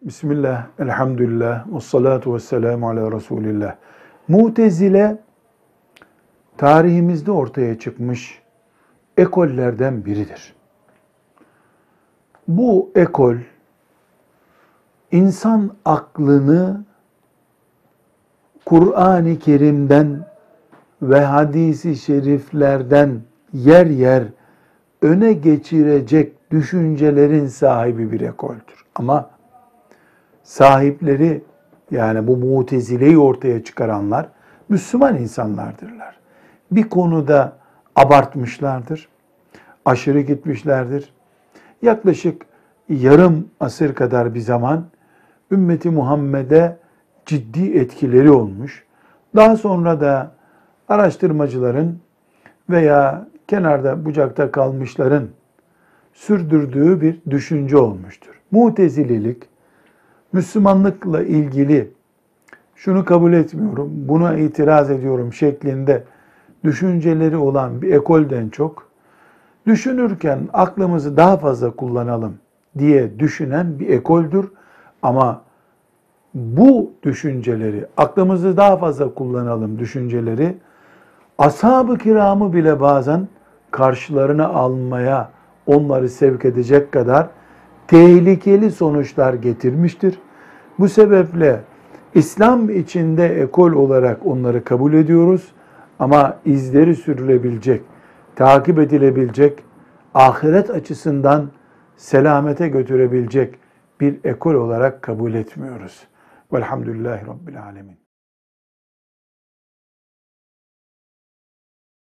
Bismillah, elhamdülillah, ve salatu ve selamu ala Resulillah. Mu'tezile, tarihimizde ortaya çıkmış ekollerden biridir. Bu ekol, insan aklını Kur'an-ı Kerim'den ve hadis-i şeriflerden yer yer öne geçirecek düşüncelerin sahibi bir ekoldür. Ama sahipleri, yani bu Mu'tezile'yi ortaya çıkaranlar Müslüman insanlardırlar. Bir konuda abartmışlardır, aşırı gitmişlerdir. Yaklaşık yarım asır kadar bir zaman ümmeti Muhammed'e ciddi etkileri olmuş. Daha sonra da araştırmacıların veya kenarda bucakta kalmışların sürdürdüğü bir düşünce olmuştur. Mu'tezililik, Müslümanlıkla ilgili şunu kabul etmiyorum, buna itiraz ediyorum şeklinde düşünceleri olan bir ekolden çok, düşünürken aklımızı daha fazla kullanalım diye düşünen bir ekoldür. Ama bu düşünceleri, aklımızı daha fazla kullanalım düşünceleri, ashab-ı kiramı bile bazen karşılarına almaya onları sevk edecek kadar tehlikeli sonuçlar getirmiştir. Bu sebeple İslam içinde ekol olarak onları kabul ediyoruz ama izleri sürülebilecek, takip edilebilecek, ahiret açısından selamete götürebilecek bir ekol olarak kabul etmiyoruz. Velhamdülillahi Rabbil Alemin.